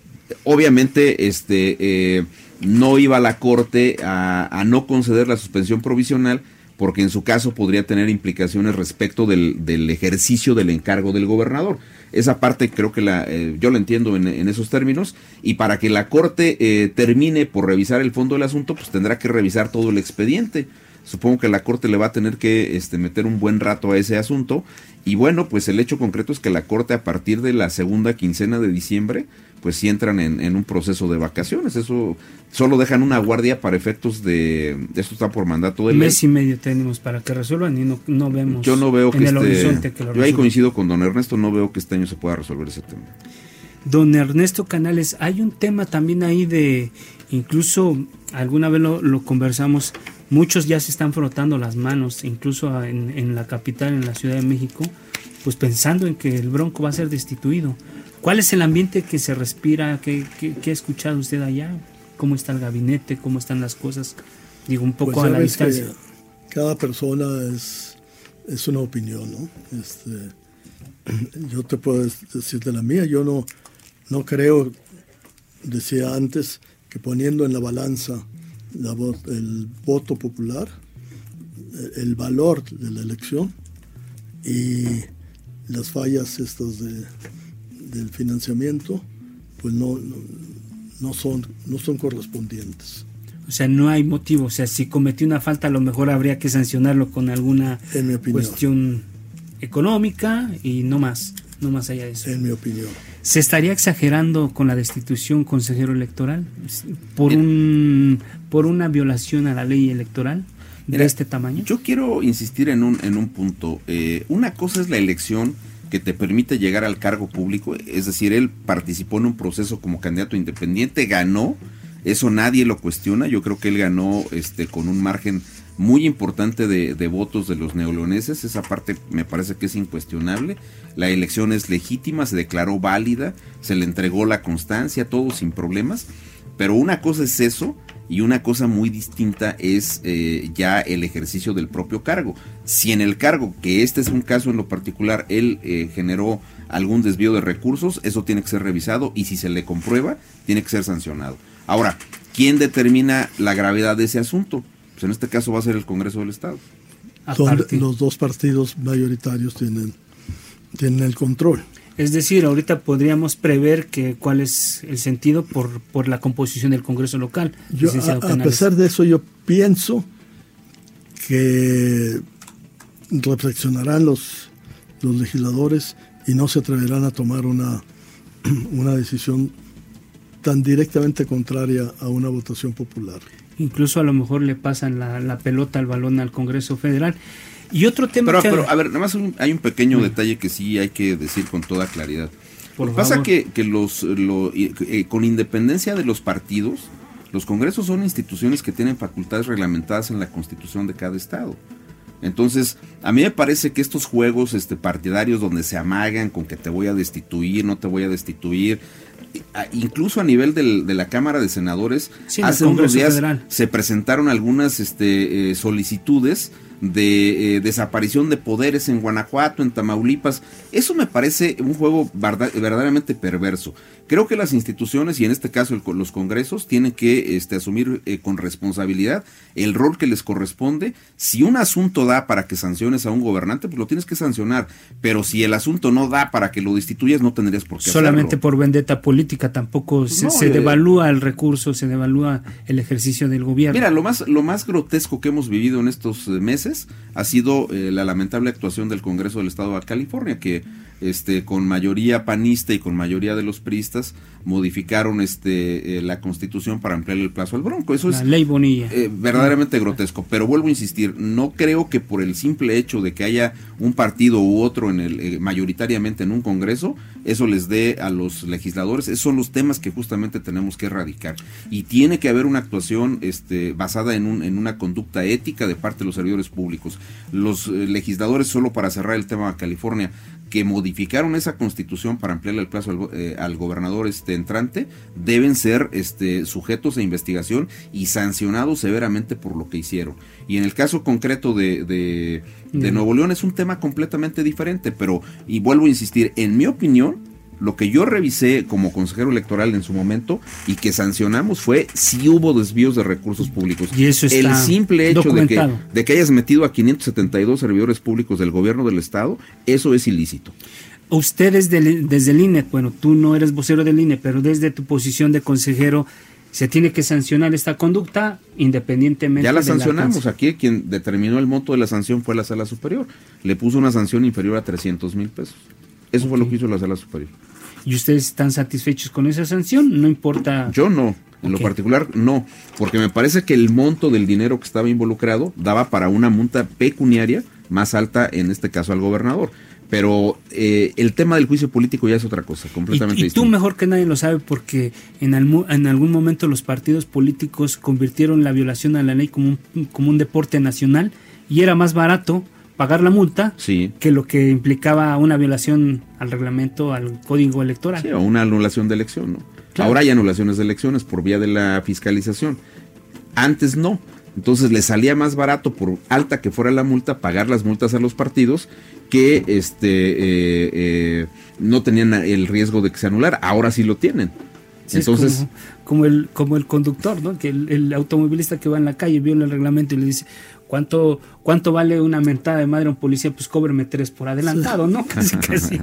Obviamente, este eh, no iba a la Corte a, a no conceder la suspensión provisional, porque en su caso podría tener implicaciones respecto del, del ejercicio del encargo del gobernador. Esa parte creo que la eh, yo la entiendo en, en esos términos, y para que la Corte eh, termine por revisar el fondo del asunto, pues tendrá que revisar todo el expediente. Supongo que la Corte le va a tener que este, meter un buen rato a ese asunto. Y bueno, pues el hecho concreto es que la Corte a partir de la segunda quincena de diciembre, pues sí entran en, en un proceso de vacaciones. Eso solo dejan una guardia para efectos de... Esto está por mandato de ley. Un mes y medio tenemos para que resuelvan y no, no vemos yo no veo que en el este, horizonte que lo yo ahí resuelvan. coincido con don Ernesto, no veo que este año se pueda resolver ese tema. Don Ernesto Canales, hay un tema también ahí de, incluso alguna vez lo, lo conversamos, muchos ya se están frotando las manos, incluso en, en la capital, en la Ciudad de México, pues pensando en que el Bronco va a ser destituido. ¿Cuál es el ambiente que se respira? ¿Qué, qué, qué ha escuchado usted allá? ¿Cómo está el gabinete? ¿Cómo están las cosas? Digo, un poco pues a la distancia. Cada persona es, es una opinión, ¿no? Este, yo te puedo decir de la mía, yo no, no creo, decía antes, que poniendo en la balanza la, el voto popular, el valor de la elección y las fallas estas de, del financiamiento, pues no, no, no, son, no son correspondientes. O sea, no hay motivo. O sea, si cometió una falta, a lo mejor habría que sancionarlo con alguna en mi opinión. cuestión económica y no más, no más allá de eso. En mi opinión. ¿Se estaría exagerando con la destitución, consejero electoral, por un por una violación a la ley electoral de Mira, este tamaño? Yo quiero insistir en un en un punto. Eh, una cosa es la elección que te permite llegar al cargo público, es decir, él participó en un proceso como candidato independiente, ganó, eso nadie lo cuestiona. Yo creo que él ganó este con un margen muy importante de, de votos de los neoleoneses, esa parte me parece que es incuestionable. La elección es legítima, se declaró válida, se le entregó la constancia, todo sin problemas, pero una cosa es eso y una cosa muy distinta es eh, ya el ejercicio del propio cargo. Si en el cargo, que este es un caso en lo particular, él eh, generó algún desvío de recursos, eso tiene que ser revisado y si se le comprueba, tiene que ser sancionado. Ahora, ¿quién determina la gravedad de ese asunto? Pues en este caso va a ser el Congreso del Estado. Donde los dos partidos mayoritarios tienen, tienen el control. Es decir, ahorita podríamos prever que cuál es el sentido por, por la composición del Congreso local. Yo, a, a pesar de eso, yo pienso que reflexionarán los, los legisladores y no se atreverán a tomar una, una decisión tan directamente contraria a una votación popular. Incluso a lo mejor le pasan la, la pelota, el balón al Congreso Federal. Y otro tema pero, que... pero a ver, nada más un, hay un pequeño mm. detalle que sí hay que decir con toda claridad. Por pasa que, que los lo, eh, con independencia de los partidos, los congresos son instituciones que tienen facultades reglamentadas en la Constitución de cada estado. Entonces, a mí me parece que estos juegos este, partidarios donde se amagan con que te voy a destituir, no te voy a destituir, incluso a nivel del, de la Cámara de Senadores, sí, hace unos días Federal. se presentaron algunas este, eh, solicitudes de eh, desaparición de poderes en Guanajuato, en Tamaulipas. Eso me parece un juego verdad, verdaderamente perverso. Creo que las instituciones, y en este caso el, los congresos, tienen que este, asumir eh, con responsabilidad el rol que les corresponde. Si un asunto da para que sanciones a un gobernante, pues lo tienes que sancionar, pero si el asunto no da para que lo destituyas, no tendrías por qué solamente hacerlo. Por vendetta política, tampoco pues se, no, se eh, devalúa el recurso, se devalúa el ejercicio del gobierno. Mira, lo más, lo más grotesco que hemos vivido en estos meses ha sido eh, la lamentable actuación del Congreso del Estado de California, que este con mayoría panista y con mayoría de los priistas modificaron este eh, la Constitución para ampliar el plazo al Bronco. Eso la es ley Bonilla. Eh, verdaderamente grotesco, pero vuelvo a insistir, no creo que por el simple hecho de que haya un partido u otro en el eh, mayoritariamente en un Congreso, eso les dé a los legisladores. Esos son los temas que justamente tenemos que erradicar, y tiene que haber una actuación este basada en un en una conducta ética de parte de los servidores públicos. Los eh, legisladores, solo para cerrar el tema de California, que modificaron esa Constitución para ampliarle el plazo al, eh, al gobernador este entrante, deben ser este sujetos de investigación y sancionados severamente por lo que hicieron. Y en el caso concreto de, de, de Nuevo León es un tema completamente diferente, pero, y vuelvo a insistir, en mi opinión, lo que yo revisé como consejero electoral en su momento y que sancionamos fue si hubo desvíos de recursos públicos. Y eso está el simple hecho de que, documentado. de que hayas metido a quinientos setenta y dos servidores públicos del gobierno del estado, eso es ilícito. Ustedes desde, desde el I N E, bueno, tú no eres vocero del I N E, pero desde tu posición de consejero, se tiene que sancionar esta conducta independientemente ya la de sancionamos. la Aquí quien determinó el monto de la sanción fue la Sala Superior. Le puso una sanción inferior a trescientos mil pesos. Eso okay. fue lo que hizo la Sala Superior. ¿Y ustedes están satisfechos con esa sanción? No importa. Yo no, en okay. lo particular no, porque me parece que el monto del dinero que estaba involucrado daba para una multa pecuniaria más alta, en este caso al gobernador. Pero eh, el tema del juicio político ya es otra cosa, completamente y, y distinta. tú mejor que nadie lo sabe, porque en, almu, en algún momento los partidos políticos convirtieron la violación a la ley como un, como un deporte nacional, y era más barato pagar la multa sí. que lo que implicaba una violación al reglamento, al código electoral. Sí, o una anulación de elección, ¿no? Claro. Ahora hay anulaciones de elecciones por vía de la fiscalización. Antes no. Entonces le salía más barato, por alta que fuera la multa, pagar las multas a los partidos que este eh, eh, no tenían el riesgo de que se anulara. Ahora sí lo tienen. Sí, entonces como, como el como el conductor, ¿no? Que el, el automovilista que va en la calle viola el reglamento y le dice cuánto cuánto vale una mentada de madre a un policía, pues cóbreme tres por adelantado, sí. ¿no? Casi casi.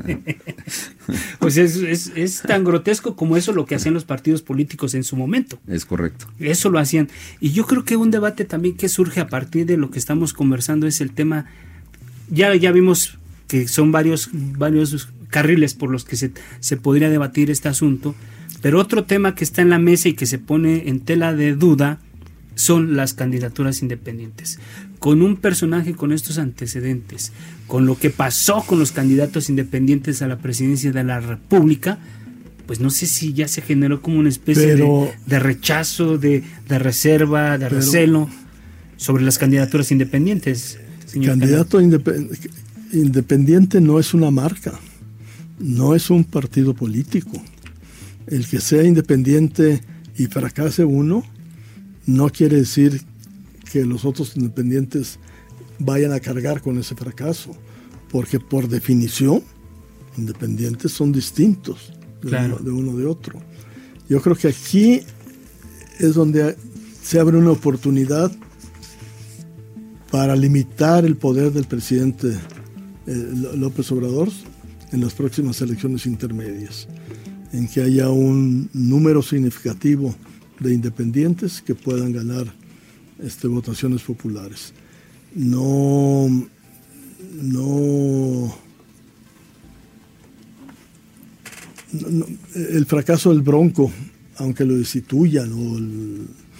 Pues es, es, es tan grotesco como eso lo que hacían los partidos políticos en su momento. Es correcto. Eso lo hacían. Y yo creo que un debate también que surge a partir de lo que estamos conversando es el tema. Ya, ya vimos que son varios, varios carriles por los que se, se podría debatir este asunto, pero otro tema que está en la mesa y que se pone en tela de duda son las candidaturas independientes. Con un personaje con estos antecedentes, con lo que pasó con los candidatos independientes a la presidencia de la República, pues no sé si ya se generó como una especie pero, de, de rechazo, de, de reserva, de pero, recelo sobre las candidaturas independientes. Candidato independ- independiente no es una marca, no es un partido político. El que sea independiente y fracase uno no quiere decir que los otros independientes vayan a cargar con ese fracaso, porque por definición independientes son distintos de, claro. uno, de uno de otro. Yo creo que aquí es donde se abre una oportunidad para limitar el poder del presidente eh, López Obrador en las próximas elecciones intermedias, en que haya un número significativo de independientes que puedan ganar este, votaciones populares. No, no, no, no el fracaso del Bronco, aunque lo destituyan o el,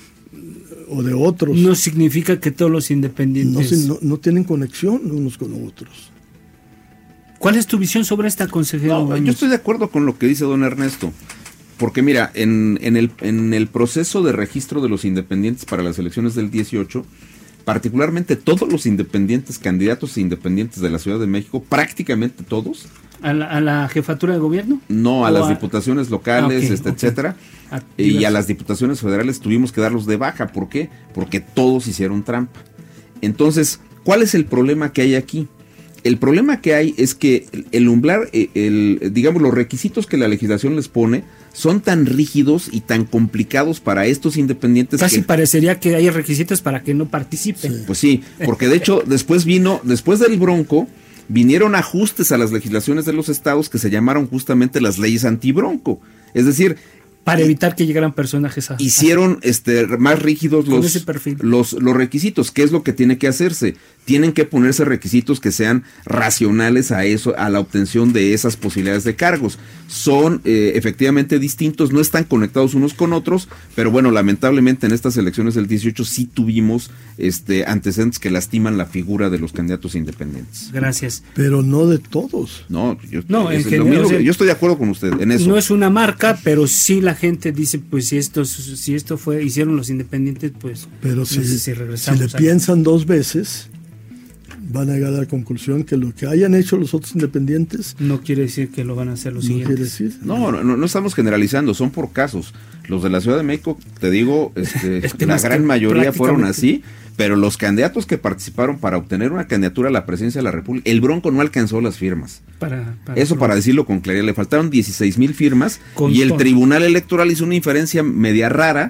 o de otros, no significa que todos los independientes no, no, no tienen conexión unos con otros. ¿Cuál es tu visión sobre esta, consejero? No, yo estoy de acuerdo con lo que dice don Ernesto, porque mira, en, en, el, en el proceso de registro de los independientes para las elecciones del dieciocho, particularmente todos los independientes, candidatos independientes de la Ciudad de México, prácticamente todos. ¿A la, a la jefatura de gobierno? No, a las a... diputaciones locales, ah, okay, este, okay. etcétera. A y a las diputaciones federales tuvimos que darlos de baja. ¿Por qué? Porque todos hicieron trampa. Entonces, ¿cuál es el problema que hay aquí? El problema que hay es que el umbral, el, el, digamos, los requisitos que la legislación les pone son tan rígidos y tan complicados para estos independientes. Casi que parecería que hay requisitos para que no participen. Sí. Pues sí, porque de hecho después vino, después del Bronco, vinieron ajustes a las legislaciones de los estados que se llamaron justamente las leyes antibronco. Es decir, para evitar que llegaran personajes a, hicieron este más rígidos los, los, los requisitos. ¿Qué es lo que tiene que hacerse? Tienen que ponerse requisitos que sean racionales a eso, a la obtención de esas posibilidades de cargos. Son eh, efectivamente distintos, no están conectados unos con otros, pero bueno, lamentablemente en estas elecciones del dieciocho sí tuvimos este antecedentes que lastiman la figura de los candidatos independientes. Gracias. Pero no de todos. No, yo, no, es, en general, lo mismo, o sea, yo estoy de acuerdo con usted en eso. No es una marca, pero sí la gente dice, pues si esto, si esto fue, hicieron los independientes, pues pero no si, sé si regresamos. Si le piensan dos veces, van a llegar a la conclusión que lo que hayan hecho los otros independientes no quiere decir que lo van a hacer los no siguientes. Quiere decir, no, no, no estamos generalizando, son por casos. Los de la Ciudad de México, te digo, este, es que la gran mayoría fueron así, pero los candidatos que participaron para obtener una candidatura a la presidencia de la República, el Bronco no alcanzó las firmas. Para, para Eso para decirlo con claridad, le faltaron dieciséis mil firmas con y el todo. Tribunal Electoral hizo una inferencia media rara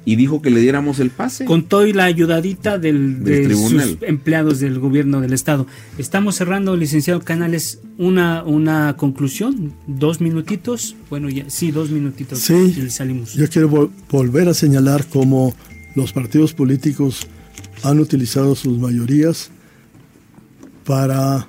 y dijo que le diéramos el pase. Con todo y la ayudadita del, del de tribunal. sus empleados del gobierno del estado. Estamos cerrando, licenciado Canales, una, una conclusión, dos minutitos, bueno, ya, sí, dos minutitos. Sí, y salimos. Yo quiero vol- volver a señalar cómo los partidos políticos han utilizado sus mayorías para,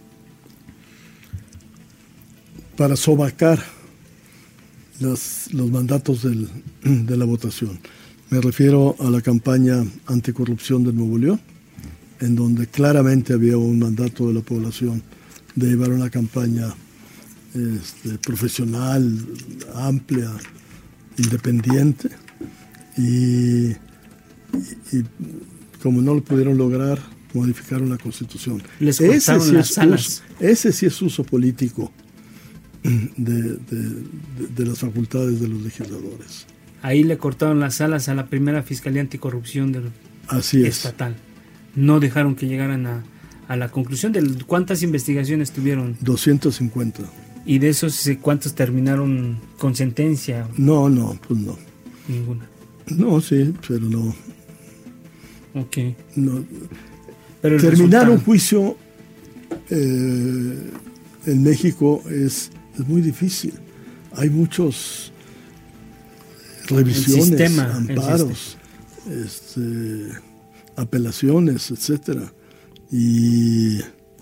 para sobacar las, los mandatos del, de la votación. Me refiero a la campaña anticorrupción de Nuevo León, en donde claramente había un mandato de la población de llevar una campaña este, profesional, amplia, independiente, y, y, y como no lo pudieron lograr, modificaron la Constitución. Les ese cortaron sí las es alas. uso, ese sí es uso político de, de, de, de las facultades de los legisladores. Ahí le cortaron las alas a la primera Fiscalía Anticorrupción del Así es. estatal. No dejaron que llegaran a, a la conclusión de cuántas investigaciones tuvieron. doscientos cincuenta. Y de esos, ¿cuántos terminaron con sentencia? No, no, pues no. Ninguna. No, sí, pero no. Ok. no. Pero el Terminar resultado... un juicio eh, en México es, es muy difícil. Hay muchos revisiones, sistema, amparos, este, apelaciones, etcétera, y,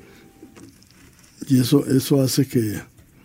y eso eso hace que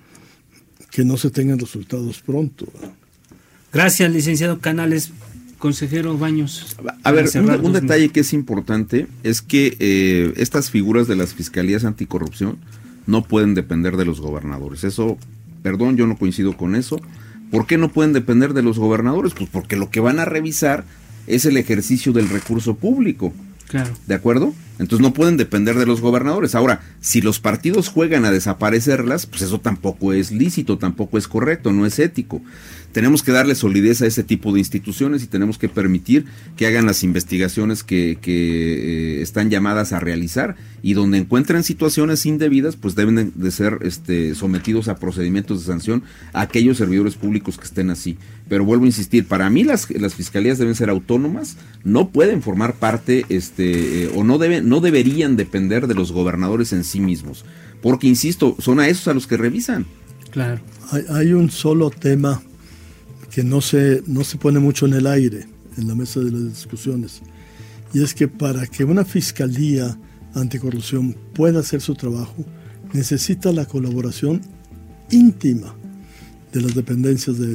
que no se tengan resultados pronto. Gracias, licenciado Canales. Consejero Baños. A ver, un, un detalle que es importante es que eh, estas figuras de las fiscalías anticorrupción no pueden depender de los gobernadores. Eso, perdón, yo no coincido con eso. ¿Por qué no pueden depender de los gobernadores? Pues porque lo que van a revisar es el ejercicio del recurso público. Claro. ¿De acuerdo? Entonces no pueden depender de los gobernadores. Ahora, si los partidos juegan a desaparecerlas, pues eso tampoco es lícito, tampoco es correcto, no es ético. Tenemos que darle solidez a ese tipo de instituciones y tenemos que permitir que hagan las investigaciones que, que eh, están llamadas a realizar, y donde encuentren situaciones indebidas, pues deben de, de ser este, sometidos a procedimientos de sanción a aquellos servidores públicos que estén así. Pero vuelvo a insistir, para mí las, las fiscalías deben ser autónomas, no pueden formar parte este, eh, o no, deben, no deberían depender de los gobernadores en sí mismos, porque insisto, son a esos a los que revisan. Claro. Hay, hay un solo tema que no se, no se pone mucho en el aire en la mesa de las discusiones, y es que para que una fiscalía anticorrupción pueda hacer su trabajo, necesita la colaboración íntima de las dependencias de,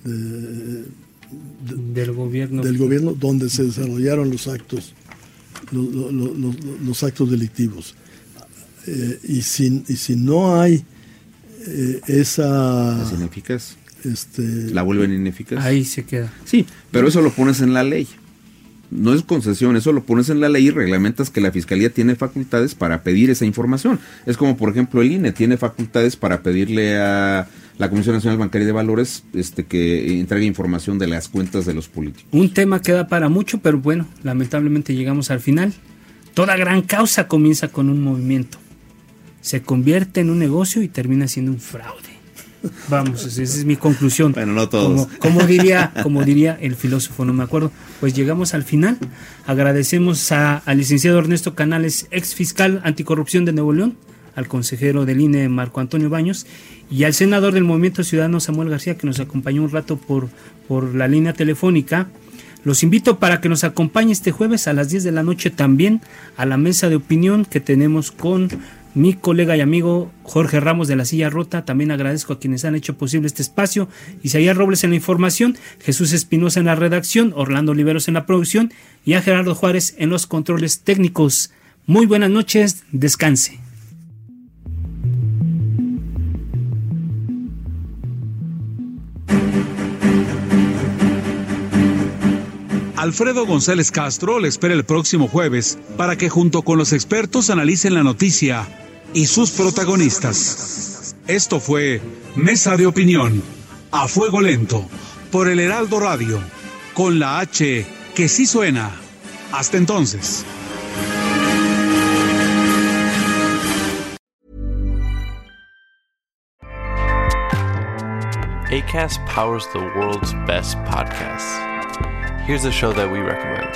de, de, del gobierno del gobierno donde se desarrollaron los actos los, los, los, los actos delictivos, eh, y, si, y si no hay eh, esa ¿Es ineficaz? Este, ¿La vuelven ineficaz? Ahí se queda. Sí, pero eso lo pones en la ley. No es concesión, eso lo pones en la ley y reglamentas que la Fiscalía tiene facultades para pedir esa información. Es como, por ejemplo, el I N E tiene facultades para pedirle a la Comisión Nacional Bancaria de Valores este, que entregue información de las cuentas de los políticos. Un tema que da para mucho, pero bueno, lamentablemente llegamos al final. Toda gran causa comienza con un movimiento. Se convierte en un negocio y termina siendo un fraude. Vamos, esa es mi conclusión. Bueno, no todos. Como, como diría, como diría el filósofo, no me acuerdo. Pues llegamos al final. Agradecemos a, al licenciado Ernesto Canales, ex fiscal anticorrupción de Nuevo León, al consejero del I N E Marco Antonio Baños, y al senador del Movimiento Ciudadano Samuel García, que nos acompañó un rato por, por la línea telefónica. Los invito para que nos acompañe este jueves a las diez de la noche también a la mesa de opinión que tenemos con mi colega y amigo Jorge Ramos de la Silla Rota. También agradezco a quienes han hecho posible este espacio: Isaías Robles en la información, Jesús Espinosa en la redacción, Orlando Oliveros en la producción y a Gerardo Juárez en los controles técnicos. Muy buenas noches, descanse. Alfredo González Castro le espera el próximo jueves para que junto con los expertos analicen la noticia y sus protagonistas. Esto fue Mesa de Opinión, a fuego lento, por el Heraldo Radio, con la H que sí suena. Hasta entonces. Acast powers the world's best podcasts. Here's a show that we recommend.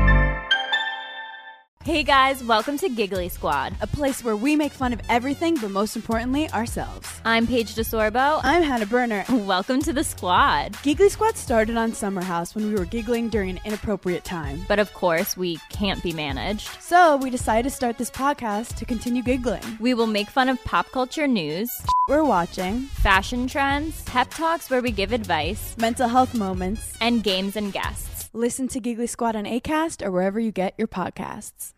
Hey guys, welcome to Giggly Squad, a place where we make fun of everything, but most importantly, ourselves. I'm Paige DeSorbo. I'm Hannah Berner. Welcome to the squad. Giggly Squad started on Summer House when we were giggling during an inappropriate time. But of course, we can't be managed. So we decided to start this podcast to continue giggling. We will make fun of pop culture news, we're watching, fashion trends, pep talks where we give advice, mental health moments, and games and guests. Listen to Giggly Squad on Acast or wherever you get your podcasts.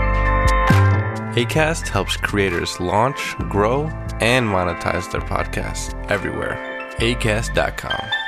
Acast helps creators launch, grow, and monetize their podcasts everywhere. acast dot com.